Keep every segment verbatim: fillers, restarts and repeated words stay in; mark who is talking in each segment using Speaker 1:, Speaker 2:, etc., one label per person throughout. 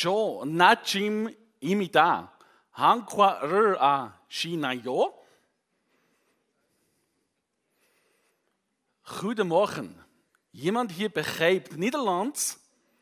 Speaker 1: Jo, Najim imida. Hankwa r a Shinayo. Goedemorgen. Jemand hier begrijpt Nederlands?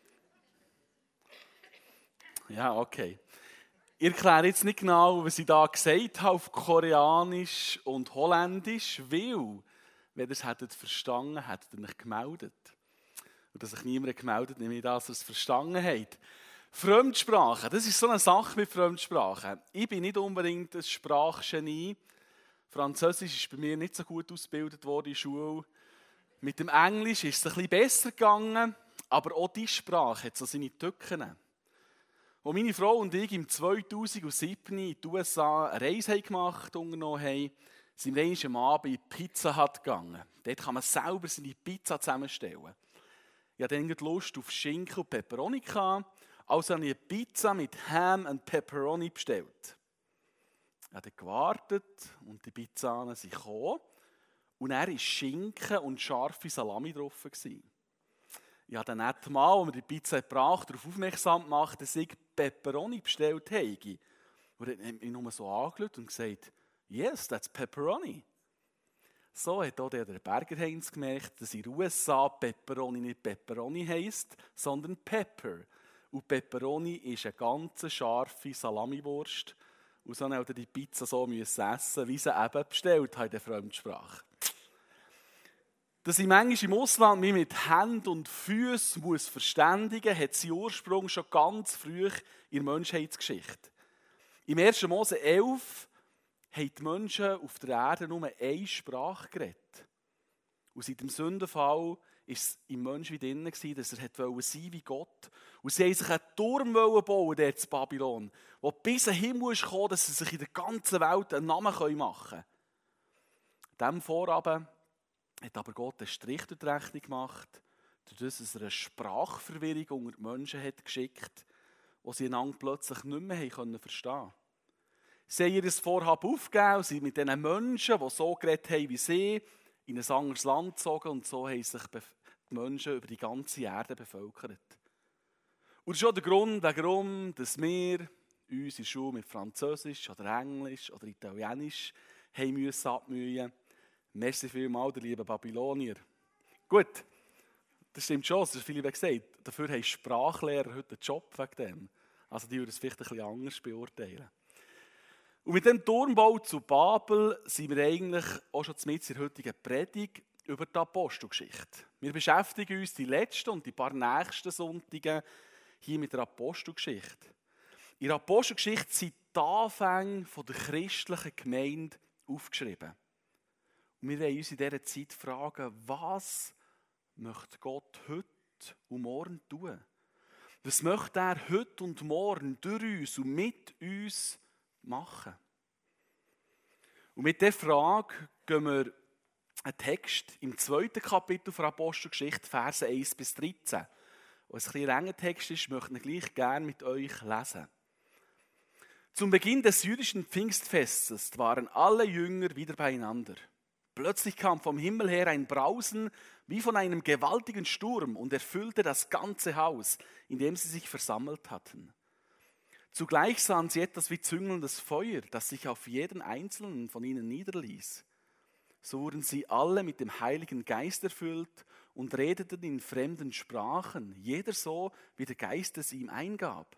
Speaker 1: Ja, okay. Ich erkläre jetzt nicht genau, was ich da gesagt habe auf Koreanisch und Holländisch, weil, wenn ihr es hättet verstanden, hättet ihr euch gemeldet. Und dass sich niemand gemeldet, nehme ich das, dass ihr es verstanden habt. Fremdsprachen, das ist so eine Sache mit Fremdsprachen. Ich bin nicht unbedingt ein Sprachgenie. Französisch ist bei mir nicht so gut ausgebildet worden in der Schule. Mit dem Englisch ist es ein bisschen besser gegangen, aber auch diese Sprache hat so seine Tücken. Als meine Frau und ich im zweitausendsieben in die U S A eine Reise gemacht unternommen haben, sind wir einmal am Abend in die Pizza Hut gegangen. Dort kann man selber seine Pizza zusammenstellen. Ich hatte dann Lust auf Schinken und Pepperoni, also habe ich eine Pizza mit Ham und Pepperoni bestellt. Ich habe dann gewartet und die Pizzanen sind gekommen. Und er war Schinken und scharfe Salami drauf. Ich habe dann nicht mal, als mir die Pizza gebracht darauf aufmerksam gemacht, dass ich Pepperoni bestellt habe. Und er hat mich nur so angeschaut und gesagt, yes, that's Pepperoni. So hat auch der Berger Heinz gemerkt, dass in den U S A Pepperoni nicht Pepperoni heisst, sondern Pepper. Und Pepperoni ist eine ganz scharfe Salamiwurst. Und so musste die Pizza so essen, wie sie eben bestellt hat in der Fremdsprache. Dass ich manchmal im Ausland mich mit Händen und Füßen muss verständigen muss, hat seinen Ursprung schon ganz früh in der Menschheitsgeschichte. Im ersten Mose elf haben die Menschen auf der Erde nur eine Sprache geredet. Und seit dem Sündenfall war es im Menschen wie drinnen, dass er sein wollte wie Gott. Und sie wollten sich einen Turm bauen, der in Babylon, der bis in den Himmel kam, dass sie sich in der ganzen Welt einen Namen machen können. Dem Vorabend hat aber Gott einen Strich durch die Rechnung gemacht, dadurch, dass er eine Sprachverwirrung unter die Menschen hat geschickt, die sie einander plötzlich nicht mehr haben verstehen konnten. Sie haben ihr Vorhaben aufgegeben und sind mit diesen Menschen, die so geredet haben wie sie, in ein anderes Land gezogen und so haben sich die Menschen über die ganze Erde bevölkert. Und das ist auch der Grund, warum dass wir uns in der Schule mit Französisch oder Englisch oder Italienisch haben müssen abmühen. Merci vielmals, der liebe Babylonier. Gut, das stimmt schon, das ist viele gesagt. Dafür haben Sprachlehrer heute einen Job wegen dem. Also die würden es vielleicht ein bisschen anders beurteilen. Und mit dem Turmbau zu Babel sind wir eigentlich auch schon mitten in der heutigen Predigt über die Apostelgeschichte. Wir beschäftigen uns die letzten und die paar nächsten Sonntage hier mit der Apostelgeschichte. In der Apostelgeschichte sind die Anfänge der christlichen Gemeinde aufgeschrieben. Und wir wollen uns in dieser Zeit fragen, was möchte Gott heute und morgen tun? Was möchte er heute und morgen durch uns und mit uns machen? Und mit dieser Frage gehen wir einen Text im zweiten Kapitel der Apostelgeschichte, Verse eins bis dreizehn. Und ein bisschen langer Text ist, möchte ich gleich gerne mit euch lesen. Zum Beginn des jüdischen Pfingstfestes waren alle Jünger wieder beieinander. Plötzlich kam vom Himmel her ein Brausen wie von einem gewaltigen Sturm und erfüllte das ganze Haus, in dem sie sich versammelt hatten. Zugleich sahen sie etwas wie züngelndes Feuer, das sich auf jeden einzelnen von ihnen niederließ. So wurden sie alle mit dem Heiligen Geist erfüllt und redeten in fremden Sprachen, jeder so, wie der Geist es ihm eingab.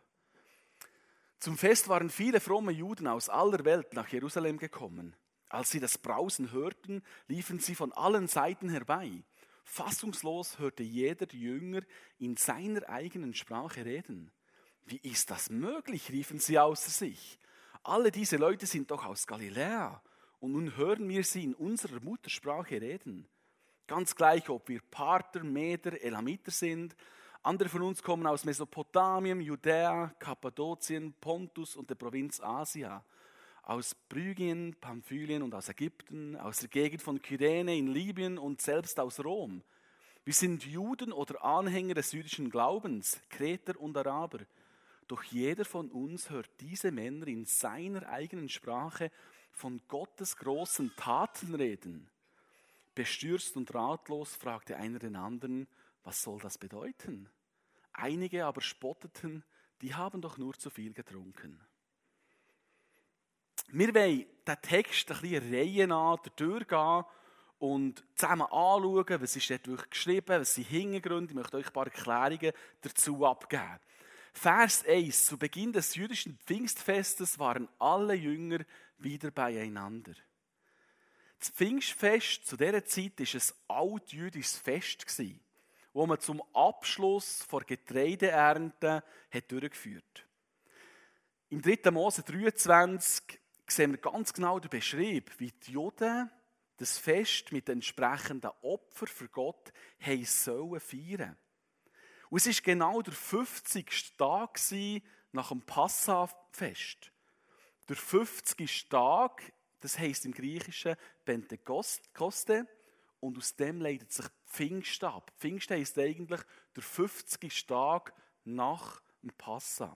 Speaker 1: Zum Fest waren viele fromme Juden aus aller Welt nach Jerusalem gekommen. Als sie das Brausen hörten, liefen sie von allen Seiten herbei. Fassungslos hörte jeder Jünger in seiner eigenen Sprache reden. Wie ist das möglich, riefen sie außer sich. Alle diese Leute sind doch aus Galiläa und nun hören wir sie in unserer Muttersprache reden. Ganz gleich, ob wir Parther, Meder, Elamiter sind. Andere von uns kommen aus Mesopotamien, Judäa, Kappadokien, Pontus und der Provinz Asia. Aus Phrygien, Pamphylien und aus Ägypten, aus der Gegend von Kyrene in Libyen und selbst aus Rom. Wir sind Juden oder Anhänger des jüdischen Glaubens, Kreter und Araber. Doch jeder von uns hört diese Männer in seiner eigenen Sprache von Gottes großen Taten reden. Bestürzt und ratlos fragte einer den anderen, was soll das bedeuten? Einige aber spotteten, die haben doch nur zu viel getrunken. Wir wollen diesen Text ein bisschen Reihe nach durchgehen und zusammen anschauen, was ist dort wirklich geschrieben, was sind Hintergründe. Ich möchte euch ein paar Erklärungen dazu abgeben. Vers eins. Zu Beginn des jüdischen Pfingstfestes waren alle Jünger wieder beieinander. Das Pfingstfest zu dieser Zeit war ein altjüdisches Fest, wo man zum Abschluss der Getreideernte hat durchgeführt hat. Im dritten Mose dreiundzwanzig sehen wir ganz genau den Beschrieb, wie die Juden das Fest mit entsprechenden Opfern für Gott haben sollen feiern. Und es war genau der fünfzigste Tag nach dem Passafest. Der fünfzigste Tag, das heisst im Griechischen Pentekoste, und aus dem leitet sich Pfingsten ab. Pfingsten heisst eigentlich der fünfzigste Tag nach dem Passa.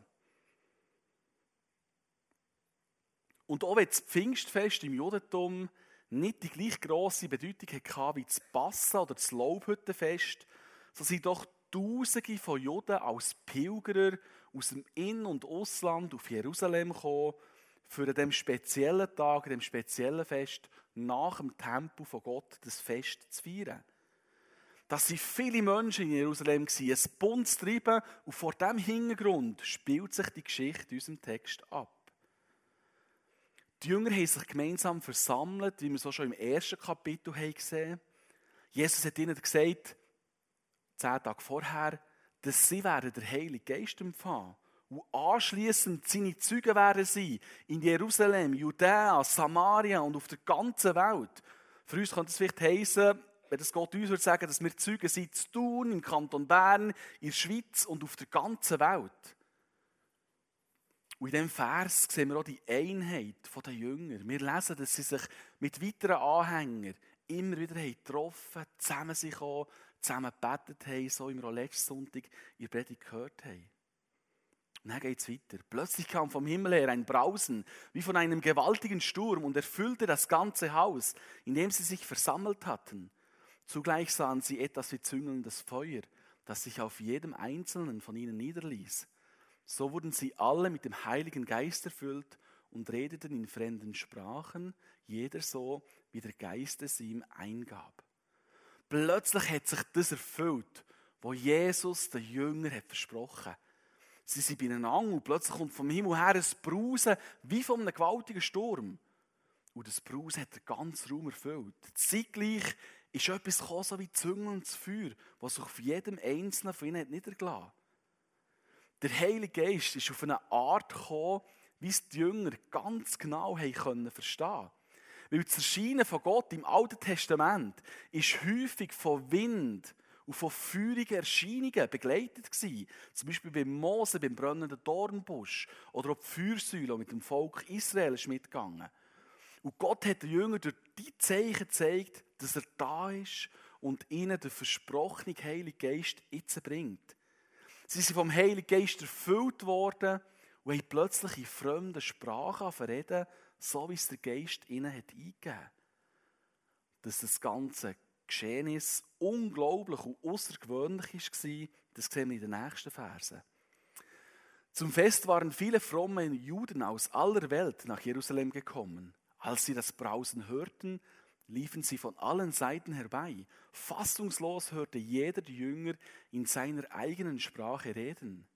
Speaker 1: Und auch wenn das Pfingstfest im Judentum nicht die gleich grosse Bedeutung hatte wie das Passa oder das Laubhüttenfest, so sind doch Tausende von Juden als Pilgerer aus dem In- und Ausland auf Jerusalem gekommen, für an diesem speziellen Tag, dem speziellen Fest, nach dem Tempel von Gott das Fest zu feiern. Das waren viele Menschen in Jerusalem, ein buntes Treiben, und vor diesem Hintergrund spielt sich die Geschichte in unserem Text ab. Die Jünger haben sich gemeinsam versammelt, wie wir es auch schon im ersten Kapitel gesehen haben. Jesus hat ihnen gesagt, zehn Tage vorher, dass sie werden den Heiligen Geist empfangen. Und anschliessend seine Zeugen werden sein in Jerusalem, Judäa, Samaria und auf der ganzen Welt. Für uns könnte es vielleicht heissen, wenn das Gott uns würde sagen, dass wir Zeugen sind zu Thun, im Kanton Bern, in der Schweiz und auf der ganzen Welt. Und in diesem Vers sehen wir auch die Einheit der Jünger. Wir lesen, dass sie sich mit weiteren Anhängern immer wieder getroffen haben, zusammen sich auch, zusammen gebetet haben, so wie wir auch letzten Sonntag in der Predigt gehört haben. Und dann geht es weiter. Plötzlich kam vom Himmel her ein Brausen, wie von einem gewaltigen Sturm, und erfüllte das ganze Haus, in dem sie sich versammelt hatten. Zugleich sahen sie etwas wie züngelndes Feuer, das sich auf jedem Einzelnen von ihnen niederließ. So wurden sie alle mit dem Heiligen Geist erfüllt und redeten in fremden Sprachen, jeder so, wie der Geist es ihm eingab. Plötzlich hat sich das erfüllt, was Jesus den Jüngern hat versprochen hat. Sie sind beieinander und plötzlich kommt vom Himmel her ein Brausen wie von einem gewaltigen Sturm. Und das Brausen hat den ganzen Raum erfüllt. Zeitgleich ist etwas gekommen, so wie züngelndes Feuer, das sich auf jedem Einzelnen von ihnen niedergelassen hat. Der Heilige Geist ist auf eine Art gekommen, wie es die Jünger ganz genau haben können verstehen. Weil das Erscheinen von Gott im Alten Testament ist häufig von Wind und von feurigen Erscheinungen begleitet gewesen. Zum Beispiel bei Mose, beim brennenden Dornbusch, oder auch die Feuersäule, die mit dem Volk Israel ist mitgegangen. Und Gott hat den Jüngern durch die Zeichen gezeigt, dass er da ist und ihnen den versprochenen Heiligen Geist jetzt bringt. Sie sind vom Heiligen Geist erfüllt worden und haben plötzlich in fremden Sprachen reden, so wie es der Geist ihnen hat eingegeben hat. Dass das ganze Geschehnis unglaublich und außergewöhnlich war, das sehen wir in den nächsten Versen. Zum Fest waren viele fromme Juden aus aller Welt nach Jerusalem gekommen. Als sie das Brausen hörten, liefen sie von allen Seiten herbei. Fassungslos hörte jeder die Jünger in seiner eigenen Sprache reden.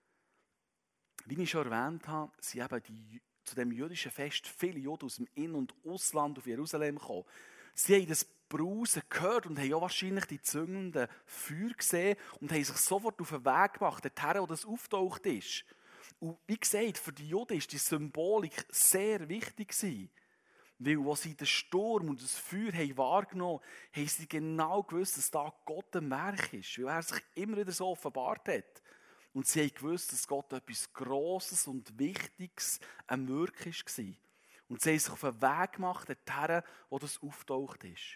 Speaker 1: Wie ich schon erwähnt habe, sie haben die, zu dem jüdischen Fest viele Juden aus dem In- und Ausland auf Jerusalem gekommen. Sie haben das Brausen gehört und haben auch wahrscheinlich die züngelnden Feuer gesehen und haben sich sofort auf den Weg gemacht, dorthin, wo das auftaucht ist. Und wie gesagt, für die Juden war die Symbolik sehr wichtig gewesen. Weil, als sie den Sturm und das Feuer haben wahrgenommen haben, haben sie genau gewusst, dass da Gott am Werk ist. Weil er sich immer wieder so offenbart hat. Und sie haben gewusst, dass Gott etwas Grosses und Wichtiges am Wirken war. Und sie haben sich auf den Weg gemacht, dorthin, wo das auftaucht ist.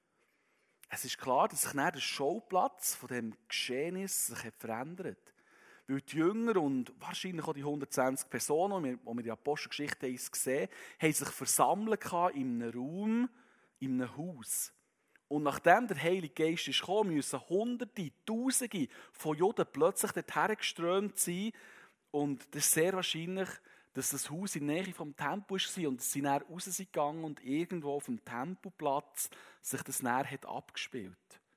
Speaker 1: Es ist klar, dass sich dann der Schauplatz von dem Geschehnis sich hat verändert. Weil die Jünger und wahrscheinlich auch die hundertzwanzig Personen, die wir in der Apostelgeschichte gesehen haben, haben sich versammelt in einem Raum, in einem Haus. Und nachdem der Heilige Geist ist gekommen, müssen Hunderte, Tausende von Juden plötzlich dorthin geströmt sein Und das ist sehr wahrscheinlich, dass das Haus in der Nähe vom Tempel war und sie dann raus sind gegangen und irgendwo auf dem Tempelplatz sich das näher hat abgespielt.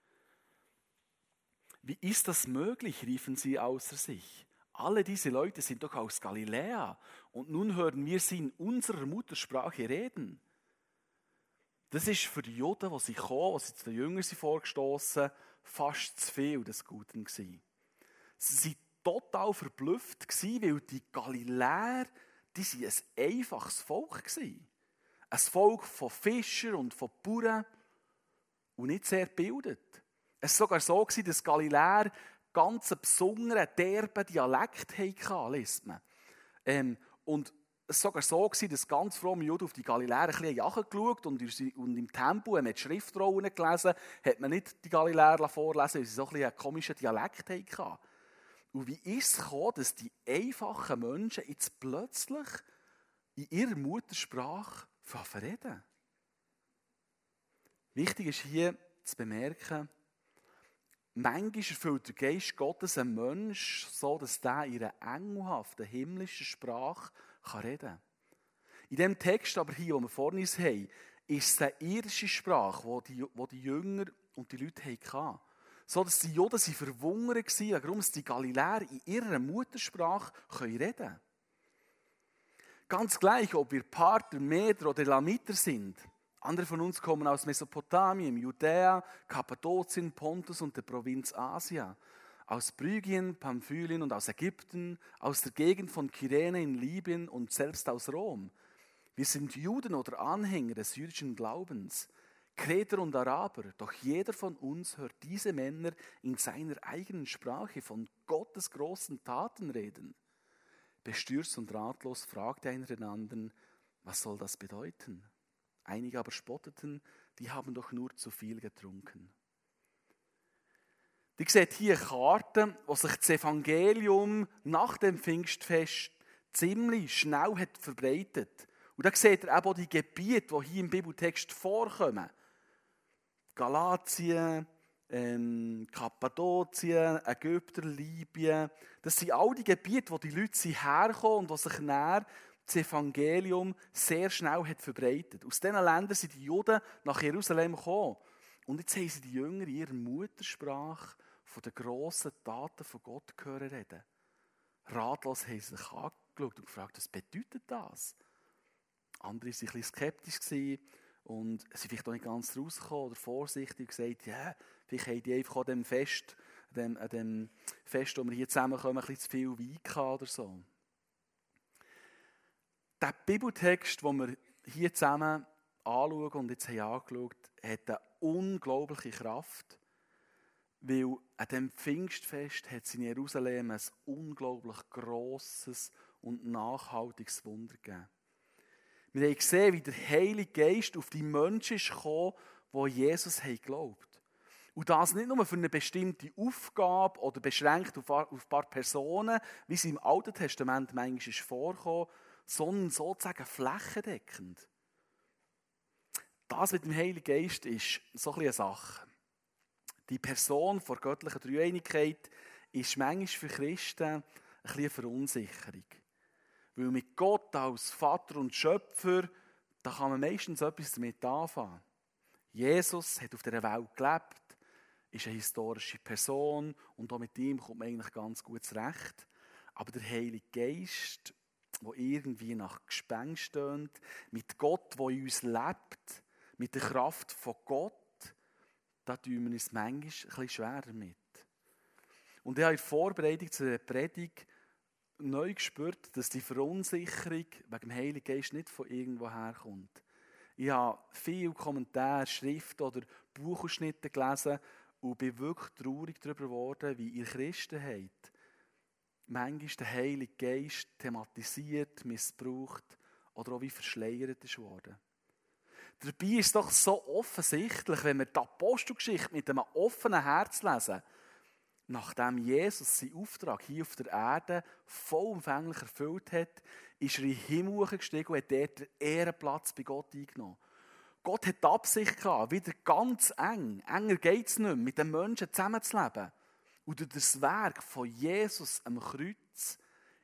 Speaker 1: Wie ist das möglich, riefen sie außer sich. Alle diese Leute sind doch aus Galiläa und nun hören wir sie in unserer Muttersprache reden. Das ist für die Juden, die sie kamen, die sie zu den Jüngern vorgestoßen, fast zu viel des Guten gewesen. Sie waren total verblüfft gewesen, weil die Galiläer, die waren ein einfaches Volk gewesen. Ein Volk von Fischern und von Bauern und nicht sehr gebildet. Es war sogar so gewesen, dass Galiläer ganz einen besonderen, derben Dialekt hatten, liest man. Ähm, und es war sogar so gewesen, dass ganz fromme Juden auf die Galiläer ein bisschen geschaut und, und im Tempel, wenn man die Schriftrollen gelesen hat, man nicht die Galiläer vorlesen, weil sie so ein bisschen einen komischen Dialekt hatten. Und wie ist es gekommen, dass die einfachen Menschen jetzt plötzlich in ihrer Muttersprache reden? Wichtig ist hier zu bemerken, manchmal erfüllt der Geist Gottes einen Menschen so, dass der in einer engelhaften, himmlischen Sprache reden kann. In dem Text aber hier, den wir vor uns haben, ist es eine irdische Sprache, die die, die, die Jünger und die Leute hatten. So dass die Juden verwundert waren, warum die Galiläer in ihrer Muttersprache reden können. Ganz gleich, ob wir Parther, Meder oder Elamiter sind. Andere von uns kommen aus Mesopotamien, Judäa, Kappadokien, Pontus und der Provinz Asia, aus Phrygien, Pamphylien und aus Ägypten, aus der Gegend von Kyrene in Libyen und selbst aus Rom. Wir sind Juden oder Anhänger des jüdischen Glaubens, Kreter und Araber, doch jeder von uns hört diese Männer in seiner eigenen Sprache von Gottes großen Taten reden. Bestürzt und ratlos fragte einer den anderen, was soll das bedeuten? Einige aber spotteten, die haben doch nur zu viel getrunken. Ihr seht hier eine Karte, wo sich das Evangelium nach dem Pfingstfest ziemlich schnell hat verbreitet. Und da seht ihr eben auch die Gebiete, die hier im Bibeltext vorkommen. Galatien, ähm, Kappadokien, Ägypten, Libyen. Das sind all die Gebiete, wo die Leute herkommen und wo sich näher das Evangelium sehr schnell hat verbreitet. Aus diesen Ländern sind die Juden nach Jerusalem gekommen. Und jetzt haben sie die Jünger in ihrer Muttersprache von den grossen Taten von Gott hören reden. Ratlos haben sie sich angeschaut und gefragt, was bedeutet das? Andere waren ein bisschen skeptisch und sind vielleicht auch nicht ganz rausgekommen oder vorsichtig und gesagt, ja, vielleicht haben die einfach an dem Fest, an dem, an dem Fest, wo wir hier zusammenkommen, ein bisschen zu viel Wein gehabt oder so. Der Bibeltext, den wir hier zusammen anschauen und jetzt haben angeschaut, hat eine unglaubliche Kraft, weil an diesem Pfingstfest hat es in Jerusalem ein unglaublich grosses und nachhaltiges Wunder gegeben. Wir haben gesehen, wie der Heilige Geist auf die Menschen kam, die Jesus geglaubt haben. Und das nicht nur für eine bestimmte Aufgabe oder beschränkt auf ein paar Personen, wie es im Alten Testament manchmal vorkam, sondern sozusagen flächendeckend. Das mit dem Heiligen Geist ist so eine Sache. Die Person der göttlichen Dreieinigkeit ist manchmal für Christen ein bisschen eine Verunsicherung. Weil mit Gott als Vater und Schöpfer, da kann man meistens etwas damit anfangen. Jesus hat auf dieser Welt gelebt, ist eine historische Person und auch mit ihm kommt man eigentlich ganz gut zurecht. Aber der Heilige Geist, der irgendwie nach Gespenst tönt, mit Gott, der in uns lebt, mit der Kraft von Gott, da tun wir uns manchmal ein bisschen schwer damit. Und ich habe in der Vorbereitung zu der Predigt neu gespürt, dass die Verunsicherung wegen dem Heiligen Geist nicht von irgendwo herkommt. Ich habe viele Kommentare, Schriften oder Buchausschnitte gelesen und bin wirklich traurig darüber geworden, wie ihr Christen habt. Manchmal der Heilige Geist thematisiert, missbraucht oder auch wie verschleiert ist worden. Dabei ist es doch so offensichtlich, wenn wir die Apostelgeschichte mit einem offenen Herz lesen, nachdem Jesus seinen Auftrag hier auf der Erde vollumfänglich erfüllt hat, ist er in den Himmel gestiegen und hat dort den Ehrenplatz bei Gott eingenommen. Gott hat die Absicht gehabt, wieder ganz eng, enger geht es nicht mehr, mit den Menschen zusammenzuleben. Und durch das Werk von Jesus am Kreuz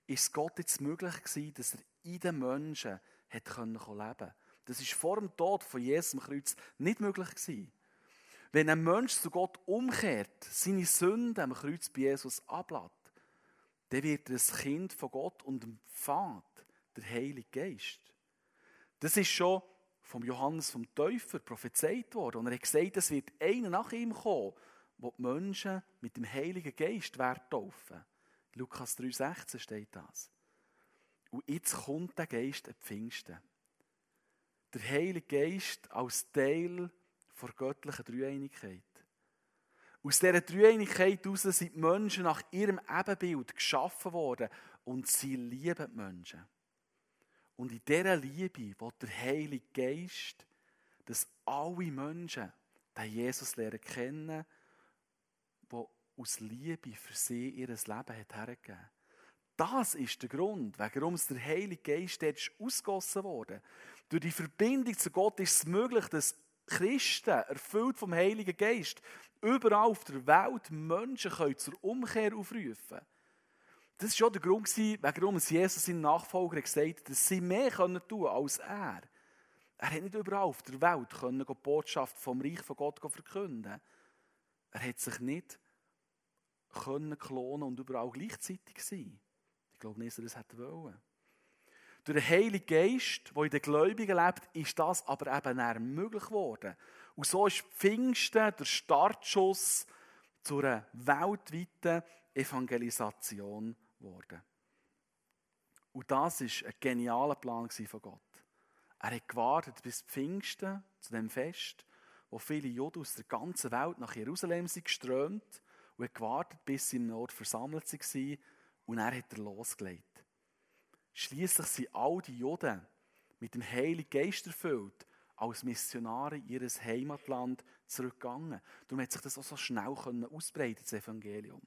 Speaker 1: ist Gott jetzt möglich gewesen, dass er in den Menschen hat können leben konnte. Das ist vor dem Tod von Jesus am Kreuz nicht möglich gewesen. Wenn ein Mensch zu Gott umkehrt, seine Sünden am Kreuz bei Jesus ablässt, dann wird er ein Kind von Gott und empfängt der Heilige Geist. Das ist schon vom Johannes vom Täufer prophezeit worden. Und er hat gesagt, es wird einer nach ihm kommen, der die Menschen mit dem Heiligen Geist wird taufen. Lukas drei sechzehn steht das. Und jetzt kommt der Geist an Pfingsten. Der Heilige Geist als Teil der göttlichen Dreieinigkeit. Aus dieser Dreieinigkeit heraus sind die Menschen nach ihrem Ebenbild geschaffen worden und sie lieben die Menschen. Und in dieser Liebe will der Heilige Geist, dass alle Menschen den Jesus lernen kennen, der aus Liebe für sie ihr Leben hat hergegeben hat. Das ist der Grund, warum der Heilige Geist dort ausgegossen wurde. Durch die Verbindung zu Gott ist es möglich, dass Christen, erfüllt vom Heiligen Geist, überall auf der Welt Menschen können zur Umkehr aufrufen können. Das war schon der Grund, warum Jesus seinen Nachfolger gesagt hat, dass sie mehr tun können als er. Er hat nicht überall auf der Welt können die Botschaft vom Reich von Gott verkünden. Er hat sich nicht können klonen und überall gleichzeitig sein. Ich glaube nicht, dass er das hätte wollen. Durch den Heiligen Geist, der in den Gläubigen lebt, ist das aber eben eher möglich geworden. Und so ist Pfingsten der Startschuss zu einer weltweiten Evangelisation geworden. Und das war ein genialer Plan von Gott. Er hat gewartet bis Pfingsten, zu dem Fest, wo viele Juden aus der ganzen Welt nach Jerusalem sind geströmt und hat gewartet, bis sie im Ort versammelt waren. Und er hat er losgelegt. Schliesslich sind all die Juden mit dem Heiligen Geist erfüllt, als Missionare in ihr Heimatland zurückgegangen. Darum hat sich das auch so schnell ausbreiten, das Evangelium.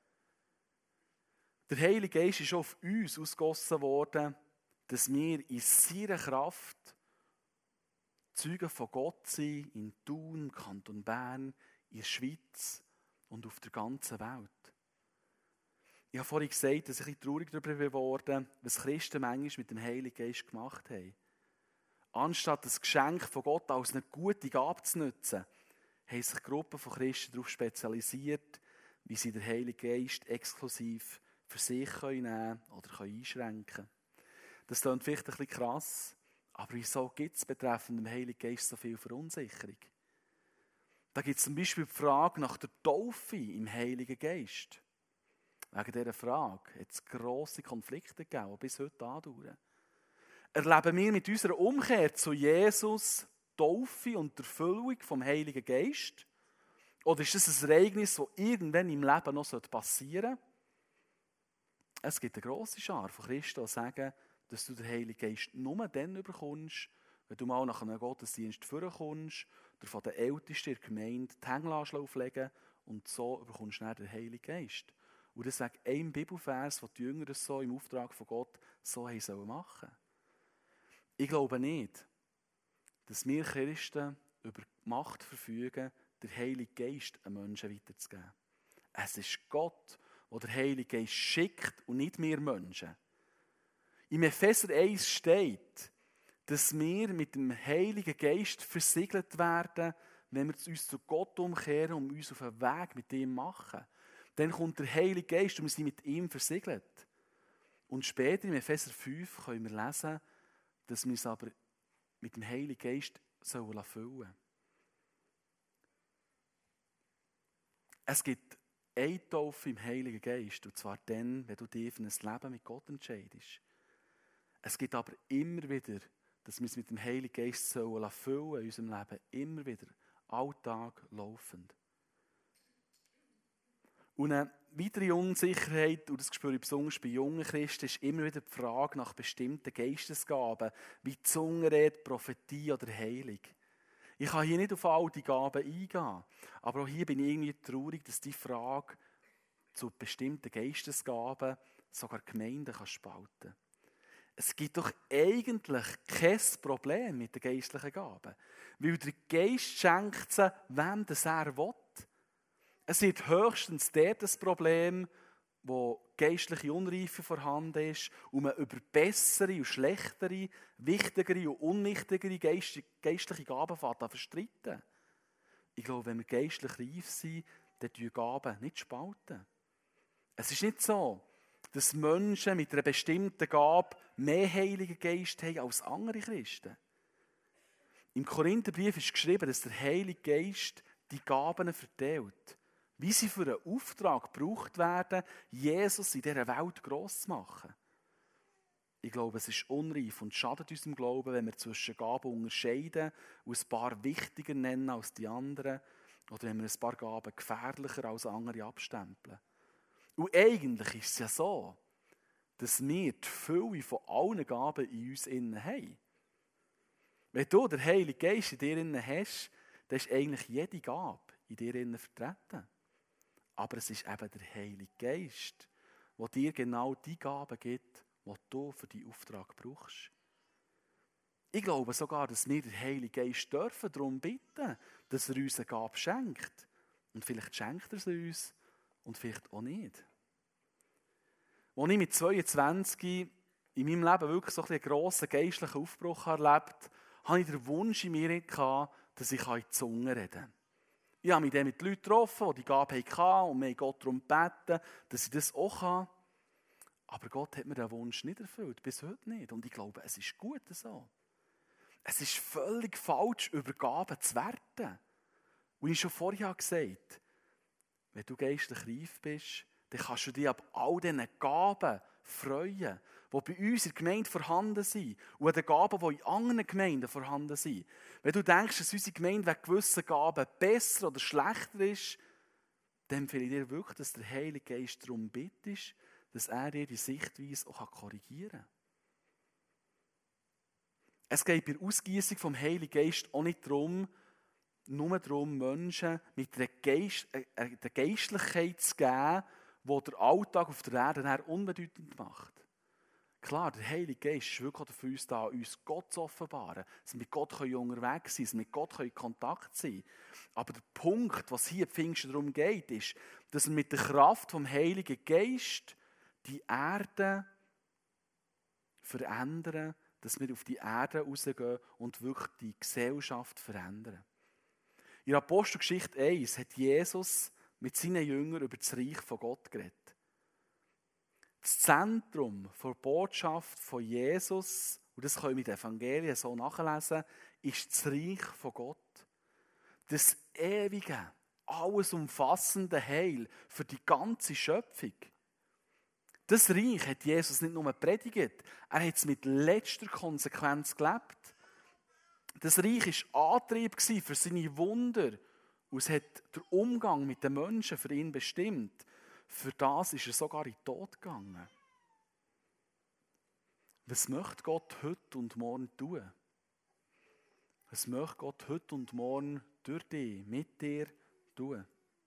Speaker 1: Der Heilige Geist ist auf uns ausgegossen worden, dass wir in seiner Kraft Zeugen von Gott sind, in Thun, im Kanton Bern, in der Schweiz und auf der ganzen Welt. Ich habe vorhin gesagt, dass ich ein bisschen traurig darüber geworden bin, was Christen manchmal mit dem Heiligen Geist gemacht haben. Anstatt das Geschenk von Gott als eine gute Gabe zu nutzen, haben sich Gruppen von Christen darauf spezialisiert, wie sie den Heiligen Geist exklusiv für sich nehmen können oder einschränken können. Das klingt vielleicht ein bisschen krass, aber wieso gibt es betreffend dem Heiligen Geist so viel Verunsicherung? Da gibt es zum Beispiel die Frage nach der Taufe im Heiligen Geist. Wegen dieser Frage hat es grosse Konflikte gegeben, die bis heute andauern. Erleben wir mit unserer Umkehr zu Jesus Taufe und die Erfüllung vom Heiligen Geist? Oder ist das ein Ereignis, das irgendwann im Leben noch passieren sollte? Es gibt eine grosse Schar von Christen, die sagen, dass du den Heiligen Geist nur dann bekommst, wenn du mal nach einem Gottesdienst vorkommst, oder von den Ältesten in der Gemeinde die Hände auflegen und so bekommst du dann den Heiligen Geist. Und das sagt ein Bibelvers, den die Jünger so im Auftrag von Gott so machen sollen. Ich glaube nicht, dass wir Christen über die Macht verfügen, den Heiligen Geist an Menschen weiterzugeben. Es ist Gott, der den Heiligen Geist schickt und nicht wir Menschen. Im Epheser eins steht, dass wir mit dem Heiligen Geist versiegelt werden, wenn wir uns zu Gott umkehren und uns auf einen Weg mit ihm machen. Dann kommt der Heilige Geist und wir sind mit ihm versiegelt. Und später im Epheser fünf können wir lesen, dass wir uns aber mit dem Heiligen Geist füllen sollen. Es gibt eine Taufe im Heiligen Geist, und zwar dann, wenn du dich für ein Leben mit Gott entscheidest. Es gibt aber immer wieder, dass wir uns mit dem Heiligen Geist füllen sollen in unserem Leben. Immer wieder, alltag laufend. Und eine weitere Unsicherheit, und das spüre ich besonders bei jungen Christen, ist immer wieder die Frage nach bestimmten Geistesgaben, wie Zungenrede, Prophetie oder Heilung. Ich kann hier nicht auf all die Gaben eingehen, aber auch hier bin ich irgendwie traurig, dass die Frage zu bestimmten Geistesgaben sogar Gemeinden kann spalten. Es gibt doch eigentlich kein Problem mit den geistlichen Gaben, weil der Geist schenkt sie, wem das er will. Es wird höchstens der das Problem, wo geistliche Unreife vorhanden ist und man über bessere und schlechtere, wichtigere und unwichtigere geistliche Gaben fährt an verstreiten. Ich glaube, wenn wir geistlich reif sind, dann die Gaben nicht spalten. Es ist nicht so, dass Menschen mit einer bestimmten Gabe mehr Heiligen Geist haben als andere Christen. Im Korintherbrief ist geschrieben, dass der Heilige Geist die Gaben verteilt, wie sie für einen Auftrag gebraucht werden, Jesus in dieser Welt gross zu machen. Ich glaube, es ist unreif und schadet unserem Glauben, wenn wir zwischen Gaben unterscheiden und ein paar wichtiger nennen als die anderen oder wenn wir ein paar Gaben gefährlicher als andere abstempeln. Und eigentlich ist es ja so, dass wir die Fülle von allen Gaben in uns innen haben. Wenn du den Heiligen Geist in dir innen hast, dann ist eigentlich jede Gabe in dir innen vertreten. Aber es ist eben der Heilige Geist, der dir genau die Gaben gibt, die du für deinen Auftrag brauchst. Ich glaube sogar, dass wir den Heiligen Geist dürfen darum bitten, dass er uns eine Gabe schenkt. Und vielleicht schenkt er sie uns und vielleicht auch nicht. Als ich mit zweiundzwanzig in meinem Leben wirklich so einen grossen geistlichen Aufbruch erlebt habe, hatte ich den Wunsch in mir gehabt, dass ich in die Zunge reden kann. Ich habe mich dann mit Leuten getroffen, die die Gabe hatten und wir haben Gott darum gebeten, dass ich das auch kann. Aber Gott hat mir den Wunsch nicht erfüllt, bis heute nicht. Und ich glaube, es ist gut so. Es ist völlig falsch, über Gaben zu werten. Und ich schon vorher gesagt habe, wenn du geistlich reif bist, dann kannst du dich ab all diesen Gaben freuen, die bei uns in der Gemeinde vorhanden sind und an den Gaben, die in anderen Gemeinden vorhanden sind. Wenn du denkst, dass unsere Gemeinde wegen gewissen Gaben besser oder schlechter ist, dann empfehle ich dir wirklich, dass der Heilige Geist darum bittet, dass er dir die Sichtweise auch korrigieren kann. Es geht bei der Ausgießung vom Heiligen Geist auch nicht darum, nur darum, Menschen mit der, Geist, äh, der Geistlichkeit zu geben, die der Alltag auf der Erde dann unbedeutend macht. Klar, der Heilige Geist ist wirklich für uns da, uns Gott zu offenbaren, dass wir mit Gott unterwegs sein können, dass wir mit Gott in Kontakt sein können. Aber der Punkt, was hier Pfingsten darum geht, ist, dass wir mit der Kraft vom Heiligen Geist die Erde verändern, dass wir auf die Erde rausgehen und wirklich die Gesellschaft verändern. In Apostelgeschichte eins hat Jesus mit seinen Jüngern über das Reich von Gott geredet. Das Zentrum der Botschaft von Jesus, und das können wir in den Evangelien so nachlesen, ist das Reich von Gott. Das ewige, alles umfassende Heil für die ganze Schöpfung. Das Reich hat Jesus nicht nur predigt, er hat es mit letzter Konsequenz gelebt. Das Reich war Antrieb für seine Wunder und es hat den Umgang mit den Menschen für ihn bestimmt. Für das ist er sogar in den Tod gegangen. Was möchte Gott heute und morgen tun? Was möchte Gott heute und morgen durch dich, mit dir tun?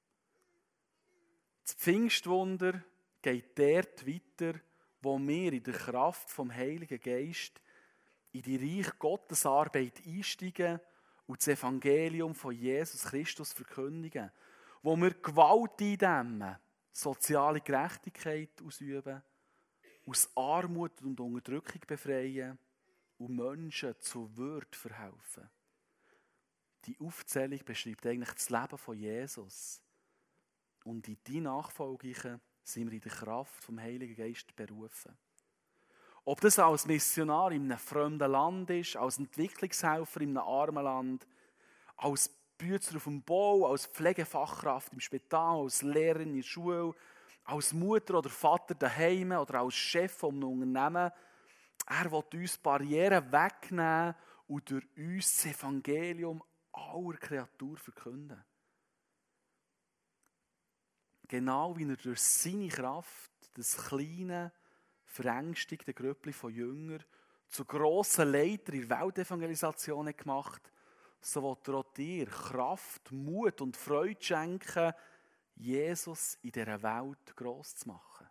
Speaker 1: Das Pfingstwunder geht dort weiter, wo wir in der Kraft vom Heiligen Geist in die Reich Gottes Arbeit einsteigen und das Evangelium von Jesus Christus verkündigen. Wo wir Gewalt eindämmen, soziale Gerechtigkeit ausüben, aus Armut und Unterdrückung befreien und Menschen zur Würde verhelfen. Die Aufzählung beschreibt eigentlich das Leben von Jesus. Und in die Nachfolge sind wir in der Kraft vom Heiligen Geist berufen. Ob das als Missionar in einem fremden Land ist, als Entwicklungshelfer in einem armen Land, als Bützer auf dem Bau, als Pflegefachkraft im Spital, als Lehrerin in der Schule, als Mutter oder Vater daheim oder als Chef von einem Unternehmen. Er will uns Barrieren wegnehmen und durch uns das Evangelium aller Kreatur verkünden. Genau wie er durch seine Kraft das kleine, verängstigte Grüppli von Jüngern zu grossen Leitern in der Weltevangelisation gemacht hat, so will er auch dir Kraft, Mut und Freude schenken, Jesus in dieser Welt gross zu machen.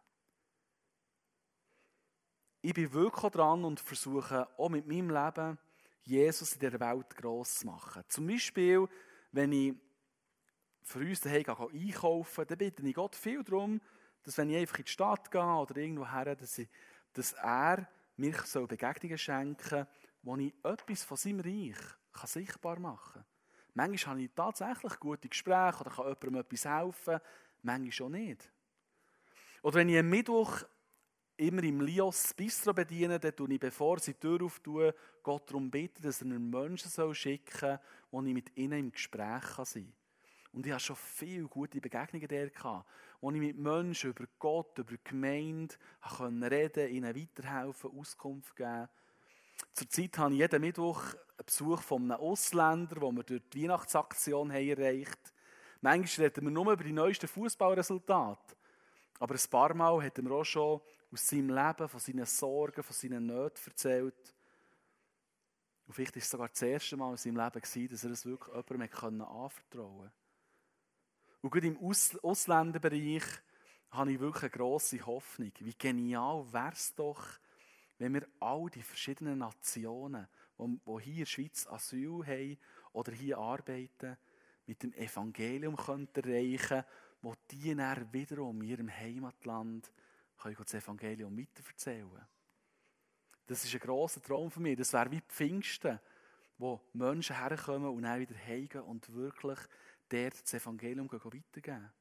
Speaker 1: Ich bin wirklich dran und versuche auch mit meinem Leben, Jesus in dieser Welt gross zu machen. Zum Beispiel, wenn ich für uns daheim einkaufen, dann bitte ich Gott viel darum, dass wenn ich einfach in die Stadt gehe oder irgendwo her, dass, ich, dass er mir so Begegnungen schenken soll, wo ich etwas von seinem Reich kann sichtbar machen kann. Manchmal habe ich tatsächlich gute Gespräche oder kann jemandem etwas helfen, manchmal auch nicht. Oder wenn ich am Mittwoch immer im Lios Bistro bediene, dann tue ich, bevor sie die Tür auftue, Gott darum bitten, dass er einen Menschen schicken soll, wo ich mit ihnen im Gespräch sein kann. Und ich hatte schon viele gute Begegnungen der, wo ich mit Menschen über Gott, über die Gemeinde reden konnte, ihnen weiterhelfen, Auskunft geben. Zurzeit habe ich jeden Mittwoch einen Besuch von einem Ausländer, den wir durch die Weihnachtsaktion haben erreicht. Manchmal reden wir nur über die neuesten Fußballresultate. Aber ein paar Mal hat er mir auch schon aus seinem Leben, von seinen Sorgen, von seinen Nöten erzählt. Und vielleicht war es sogar das erste Mal in seinem Leben, dass er es wirklich jemandem anvertrauen konnte. Und gerade im Aus- Ausländerbereich habe ich wirklich eine grosse Hoffnung. Wie genial wäre es doch, wenn wir all die verschiedenen Nationen, die hier in der Schweiz Asyl haben oder hier arbeiten, mit dem Evangelium erreichen könnten, wo die dann wiederum in ihrem Heimatland können das Evangelium weiterverzählen können. Das ist ein grosser Traum von mir. Das wäre wie Pfingsten, wo Menschen herkommen und dann wieder heimgehen und wirklich dort das Evangelium weitergeben.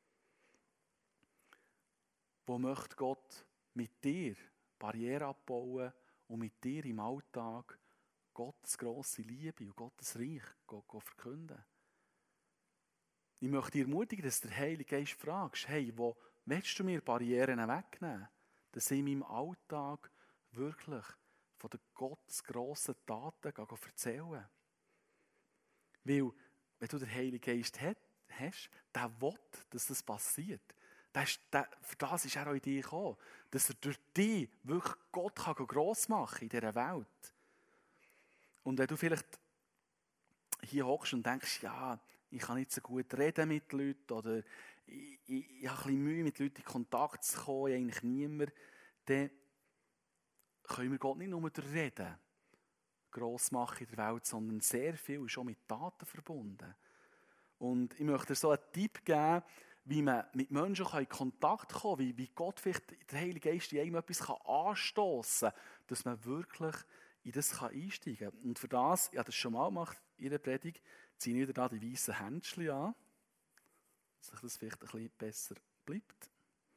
Speaker 1: Wo möchte Gott mit dir Barrieren abbauen und mit dir im Alltag Gottes grosse Liebe und Gottes Reich verkünden? Ich möchte dich ermutigen, dass der Heilige Geist fragst, hey, wo willst du mir Barrieren wegnehmen, dass ich in meinem Alltag wirklich von den Gottes grossen Taten erzählen? Weil, wenn du den Heiligen Geist hast, der will, dass das passiert. Der ist, der, für das ist er auch in dich gekommen, dass er durch dich wirklich Gott kann gross machen in dieser Welt. Und wenn du vielleicht hier hockst und denkst, ja, ich kann nicht so gut reden mit Leuten oder ich, ich, ich habe ein bisschen Mühe, mit Leuten in Kontakt zu kommen, eigentlich niemand, dann können wir Gott nicht nur durch Reden gross machen in der Welt, sondern sehr viel ist auch mit Taten verbunden. Und ich möchte dir so einen Tipp geben, wie man mit Menschen in Kontakt kommen kann, wie, wie Gott vielleicht der Heilige Geist in einem etwas anstoßen kann, dass man wirklich in das einsteigen kann. Und für das, ich habe das schon mal gemacht in der Predigt, ziehe ich wieder da die weißen Händchen an, dass sich das vielleicht ein bisschen besser bleibt.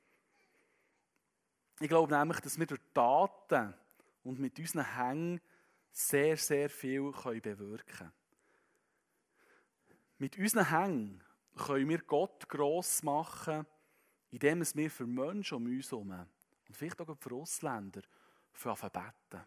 Speaker 1: Ich glaube nämlich, dass wir durch Taten und mit unseren Hängen sehr, sehr viel bewirken können. Mit unseren Hängen können wir Gott gross machen, indem wir für Menschen um uns herum und vielleicht auch für Ausländer beten.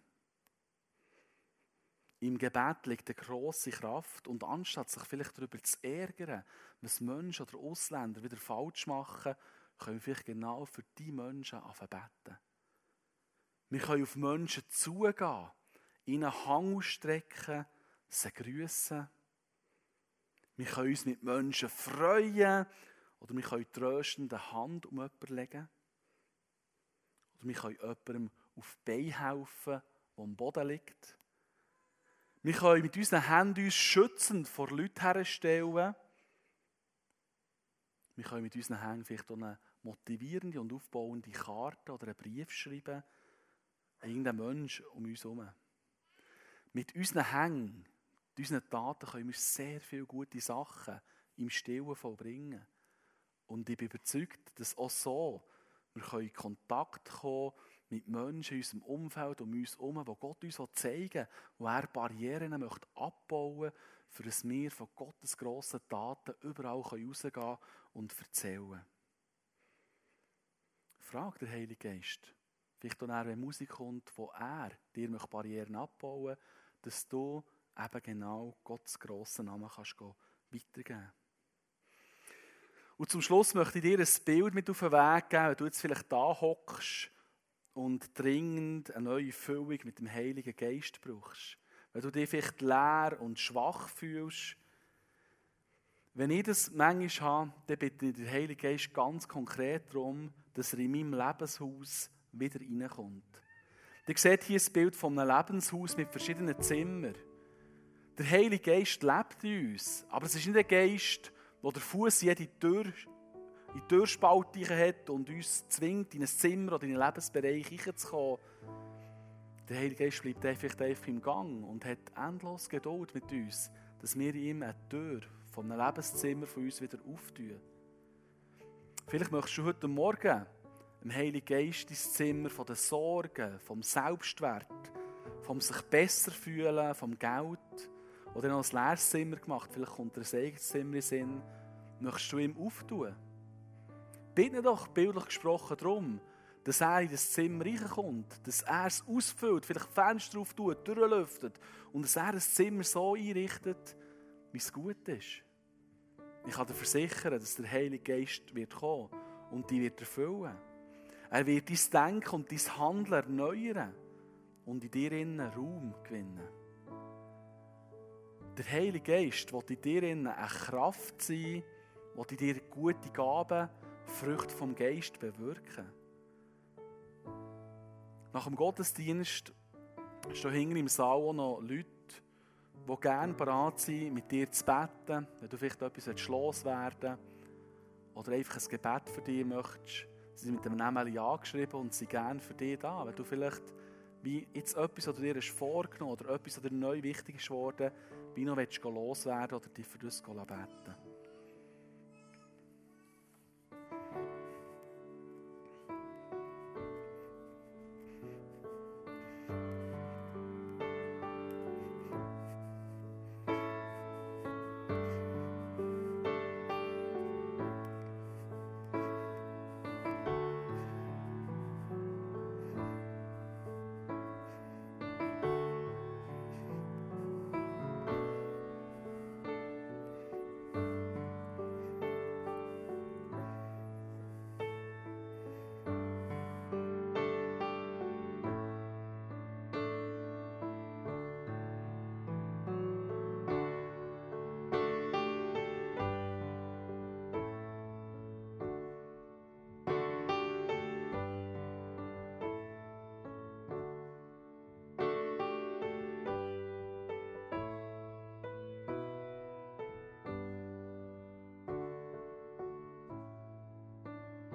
Speaker 1: Im Gebet liegt eine grosse Kraft und anstatt sich vielleicht darüber zu ärgern, was Menschen oder Ausländer wieder falsch machen, können wir vielleicht genau für diese Menschen beten. Wir können auf Menschen zugehen, ihnen Hang ausstrecken, sie grüssen. Wir können uns mit Menschen freuen oder wir können tröstende Hand um jemanden legen. Oder wir können jemandem auf die Beine helfen, der am Boden liegt. Wir können mit unseren Händen uns schützend vor Leuten herstellen. Wir können mit unseren Händen vielleicht auch eine motivierende und aufbauende Karte oder einen Brief schreiben an irgendeinen Menschen um uns herum. Mit unseren Händen, mit unseren Taten können wir sehr viele gute Sachen im Stillen vollbringen. Und ich bin überzeugt, dass auch so wir in Kontakt kommen mit Menschen in unserem Umfeld um uns herum, wo Gott uns zeigen will, wo er Barrieren möchte abbauen möchte, für dass wir von Gottes grossen Taten überall rausgehen können und erzählen. Frag den Heiligen Geist, vielleicht auch dann, wenn Musik kommt, wo er dir Barrieren abbauen möchte, dass du eben genau Gottes grossen Namen kannst weitergeben kannst. Und zum Schluss möchte ich dir ein Bild mit auf den Weg geben, wenn du jetzt vielleicht da hockst und dringend eine neue Füllung mit dem Heiligen Geist brauchst. Wenn du dich vielleicht leer und schwach fühlst. Wenn ich das manchmal habe, dann bitte ich den Heiligen Geist ganz konkret darum, dass er in meinem Lebenshaus wieder reinkommt. Ihr seht hier ein Bild von einem Lebenshaus mit verschiedenen Zimmern. Der Heilige Geist lebt in uns, aber es ist nicht ein Geist, wo der Fuß jede Tür in die Türspalte hat und uns zwingt, in ein Zimmer oder in einen Lebensbereich hineinzukommen. Der Heilige Geist bleibt einfach, einfach im Gang und hat endlos Geduld mit uns, dass wir ihm eine Tür von einem Lebenszimmer von uns wieder auftun. Vielleicht möchtest du heute Morgen dem Heiligen Geist dein Zimmer von den Sorgen, vom Selbstwert, vom sich besser fühlen, vom Geld oder noch ein leeres Zimmer gemacht, vielleicht kommt dir ein eigenes Zimmer in den Sinn, möchtest du ihm auftun. Bitte doch bildlich gesprochen darum, dass er in das Zimmer reinkommt, dass er es ausfüllt, vielleicht Fenster auftut, durchlüftet und dass er das Zimmer so einrichtet, wie es gut ist. Ich kann dir versichern, dass der Heilige Geist wird kommen und die wird erfüllen. Er wird dein Denken und dein Handeln erneuern und in dir innen Raum gewinnen. Der Heilige Geist will in dir innen eine Kraft sein, will in dir gute Gaben, Früchte vom Geist bewirken. Nach dem Gottesdienst stehen hinten im Saal auch noch Leute, die gerne bereit sind, mit dir zu beten, wenn du vielleicht etwas loswerden willst oder einfach ein Gebet für dich möchtest. Sie sind mit dem Namen angeschrieben und sind gerne für dich da. Wenn du vielleicht wie jetzt etwas, was dir vorgenommen oder etwas, was dir neu wichtig ist geworden, wie noch loswerden oder dich für das beten.